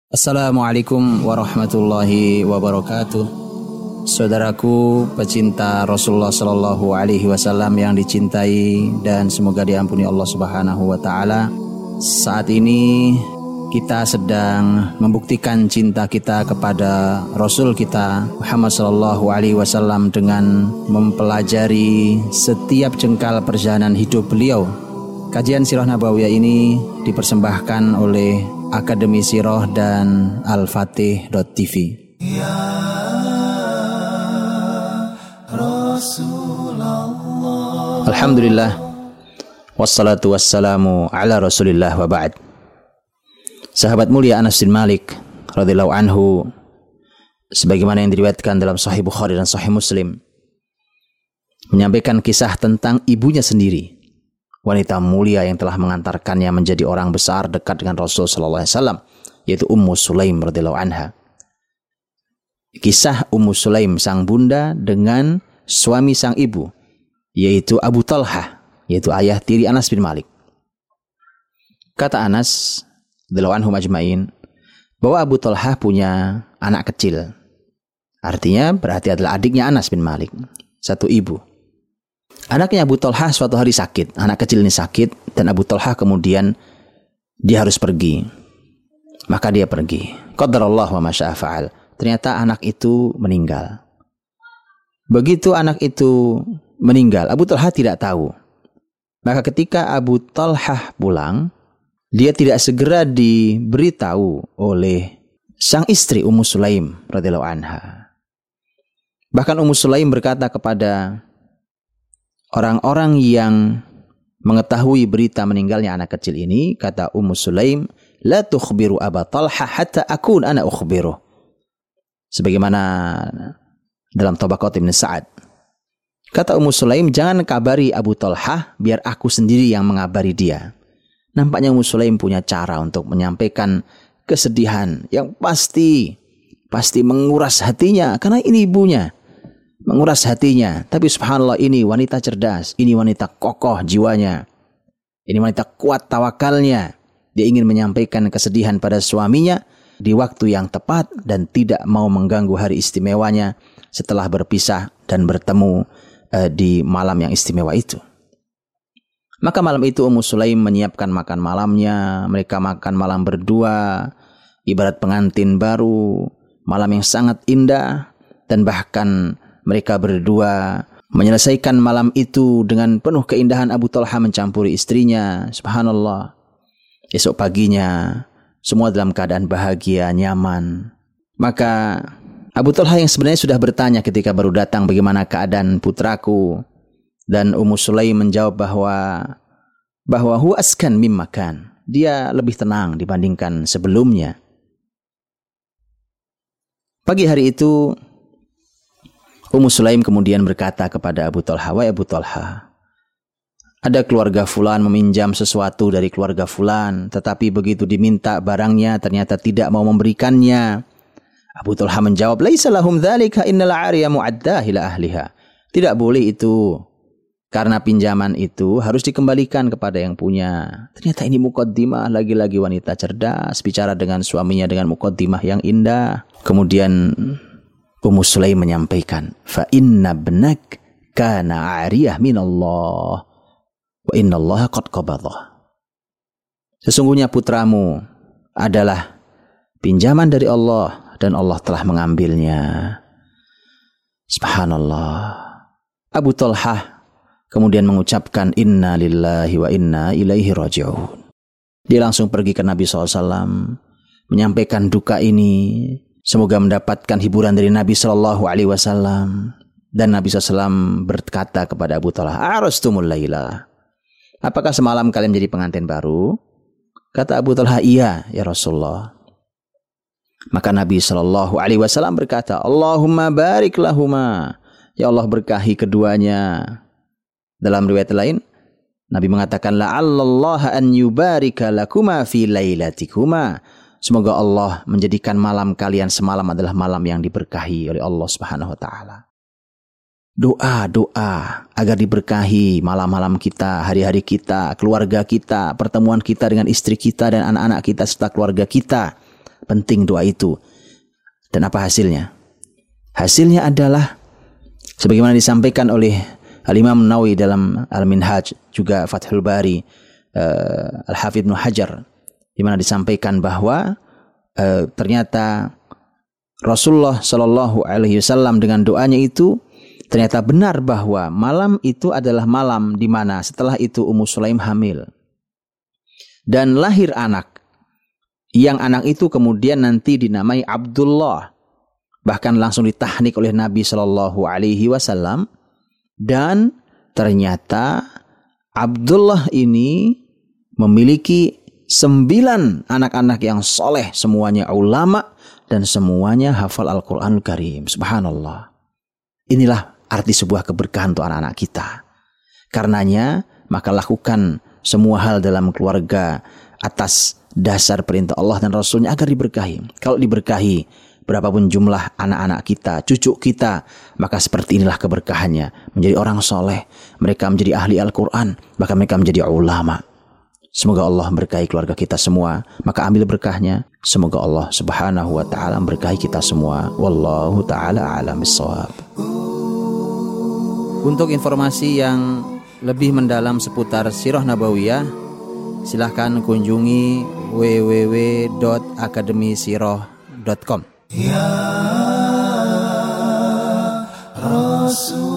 Assalamualaikum warahmatullahi wabarakatuh. Saudaraku pecinta Rasulullah sallallahu alaihi wasallam yang dicintai dan semoga diampuni Allah Subhanahu wa taala. Saat ini kita sedang membuktikan cinta kita kepada Rasul kita Muhammad sallallahu alaihi wasallam dengan mempelajari setiap jengkal perjalanan hidup beliau. Kajian Sirah Nabawiyah ini dipersembahkan oleh Akademi Sirah dan Al-Fatih.tv. Ya Rasulullah. Alhamdulillah wassalatu wassalamu ala Rasulillah wa ba'd. Sahabat mulia Anas bin Malik radhiyallahu anhu, sebagaimana yang diriwayatkan dalam Sahih Bukhari dan Sahih Muslim, menyampaikan kisah tentang ibunya sendiri, wanita mulia yang telah mengantarkannya menjadi orang besar dekat dengan Rasul sallallahu alaihi wasallam, yaitu Ummu Sulaim radhiyallahu anha. Kisah Ummu Sulaim sang bunda dengan suami sang ibu, yaitu Abu Talhah, yaitu ayah tiri Anas bin Malik. Kata Anas radhiyallahu anhu majma'in bahwa Abu Talhah punya anak kecil. Artinya berarti adalah adiknya Anas bin Malik, satu ibu. Anaknya Abu Talhah suatu hari sakit. Anak kecil ini sakit dan Abu Talhah kemudian dia harus pergi. Maka dia pergi. Qadarallah wa masya'a fa'al. Ternyata anak itu meninggal. Begitu anak itu meninggal, Abu Talhah tidak tahu. Maka ketika Abu Talhah pulang, dia tidak segera diberitahu oleh sang istri Ummu Sulaim radhiyallahu anha. Bahkan Ummu Sulaim berkata kepada orang-orang yang mengetahui berita meninggalnya anak kecil ini, kata Ummu Sulaim, la tukhbiru Aba Talha hatta akun ana ukhbiru. Sebagaimana dalam Tabaqat Ibn Sa'ad. Kata Ummu Sulaim, jangan kabari Abu Talha, biar aku sendiri yang mengabari dia. Nampaknya Ummu Sulaim punya cara untuk menyampaikan kesedihan yang pasti menguras hatinya, karena ini ibunya. Menguras hatinya. Tapi subhanallah, ini wanita cerdas, ini wanita kokoh jiwanya, ini wanita kuat tawakalnya. Dia ingin menyampaikan kesedihan pada suaminya di waktu yang tepat dan tidak mau mengganggu hari istimewanya setelah berpisah dan bertemu di malam yang istimewa itu. Maka malam itu Ummu Sulaim menyiapkan makan malamnya. Mereka makan malam berdua, ibarat pengantin baru, malam yang sangat indah. Dan bahkan mereka berdua menyelesaikan malam itu dengan penuh keindahan. Abu Talha mencampuri istrinya. Subhanallah. Esok paginya semua dalam keadaan bahagia, nyaman. Maka Abu Talha yang sebenarnya sudah bertanya ketika baru datang, bagaimana keadaan putraku? Dan Ummu Sulaim menjawab bahwa huwa askan mimma kan. Dia lebih tenang dibandingkan sebelumnya. Pagi hari itu Ummu Sulaim kemudian berkata kepada Abu Talha, wahai Abu Talha, ada keluarga fulan meminjam sesuatu dari keluarga fulan, tetapi begitu diminta barangnya ternyata tidak mau memberikannya. Abu Talha menjawab, laisa lahum dzalika innal 'ariya mu'addah ila ahliha. Tidak boleh itu, karena pinjaman itu harus dikembalikan kepada yang punya. Ternyata ini muqaddimah, lagi-lagi wanita cerdas bicara dengan suaminya dengan muqaddimah yang indah. Kemudian Ummu Sulaim menyampaikan, fa inna ibnak kana 'ariyah minallah wa innallaha qad qabadah. Sesungguhnya putramu adalah pinjaman dari Allah dan Allah telah mengambilnya. Subhanallah. Abu Talhah kemudian mengucapkan inna lillahi wa inna ilaihi raji'un. Dia langsung pergi ke Nabi SAW menyampaikan duka ini. Semoga mendapatkan hiburan dari Nabi SAW. Dan Nabi SAW berkata kepada Abu Talhah, arastumul laila. Apakah semalam kalian menjadi pengantin baru? Kata Abu Talhah, iya ya Rasulullah. Maka Nabi SAW berkata, Allahumma barik lahuma. Ya Allah, berkahi keduanya. Dalam riwayat lain, Nabi mengatakan, la'allallaha an yubarika lakuma fi lailatikuma. Semoga Allah menjadikan malam kalian semalam adalah malam yang diberkahi oleh Allah Subhanahu wa taala. Doa agar diberkahi malam-malam kita, hari-hari kita, keluarga kita, pertemuan kita dengan istri kita dan anak-anak kita serta keluarga kita penting doa itu. Dan apa hasilnya? Hasilnya adalah sebagaimana disampaikan oleh Al-Imam Nawawi dalam Al-Minhaj, juga Fathul Bari, Al-Hafidz Ibnu Hajar, di mana disampaikan bahwa ternyata Rasulullah Shallallahu Alaihi Wasallam dengan doanya itu ternyata benar bahwa malam itu adalah malam di mana setelah itu Ummu Sulaim hamil dan lahir anak, yang anak itu kemudian nanti dinamai Abdullah, bahkan langsung ditahnik oleh Nabi Shallallahu Alaihi Wasallam. Dan ternyata Abdullah ini memiliki 9 anak-anak yang soleh, semuanya ulama dan semuanya hafal Al-Quranul Karim. Subhanallah. Inilah arti sebuah keberkahan untuk anak-anak kita. Karenanya maka lakukan semua hal dalam keluarga atas dasar perintah Allah dan Rasulnya agar diberkahi. Kalau diberkahi berapapun jumlah anak-anak kita, cucu kita, maka seperti inilah keberkahannya. Menjadi orang soleh, mereka menjadi ahli Al-Quran, bahkan mereka menjadi ulama. Semoga Allah berkahi keluarga kita semua. Maka ambil berkahnya. Semoga Allah Subhanahu wa ta'ala berkahi kita semua. Wallahu ta'ala a'lam bissawab. Untuk informasi yang lebih mendalam seputar Sirah Nabawiyah, silahkan kunjungi www.akademisirah.com. Ya Rasul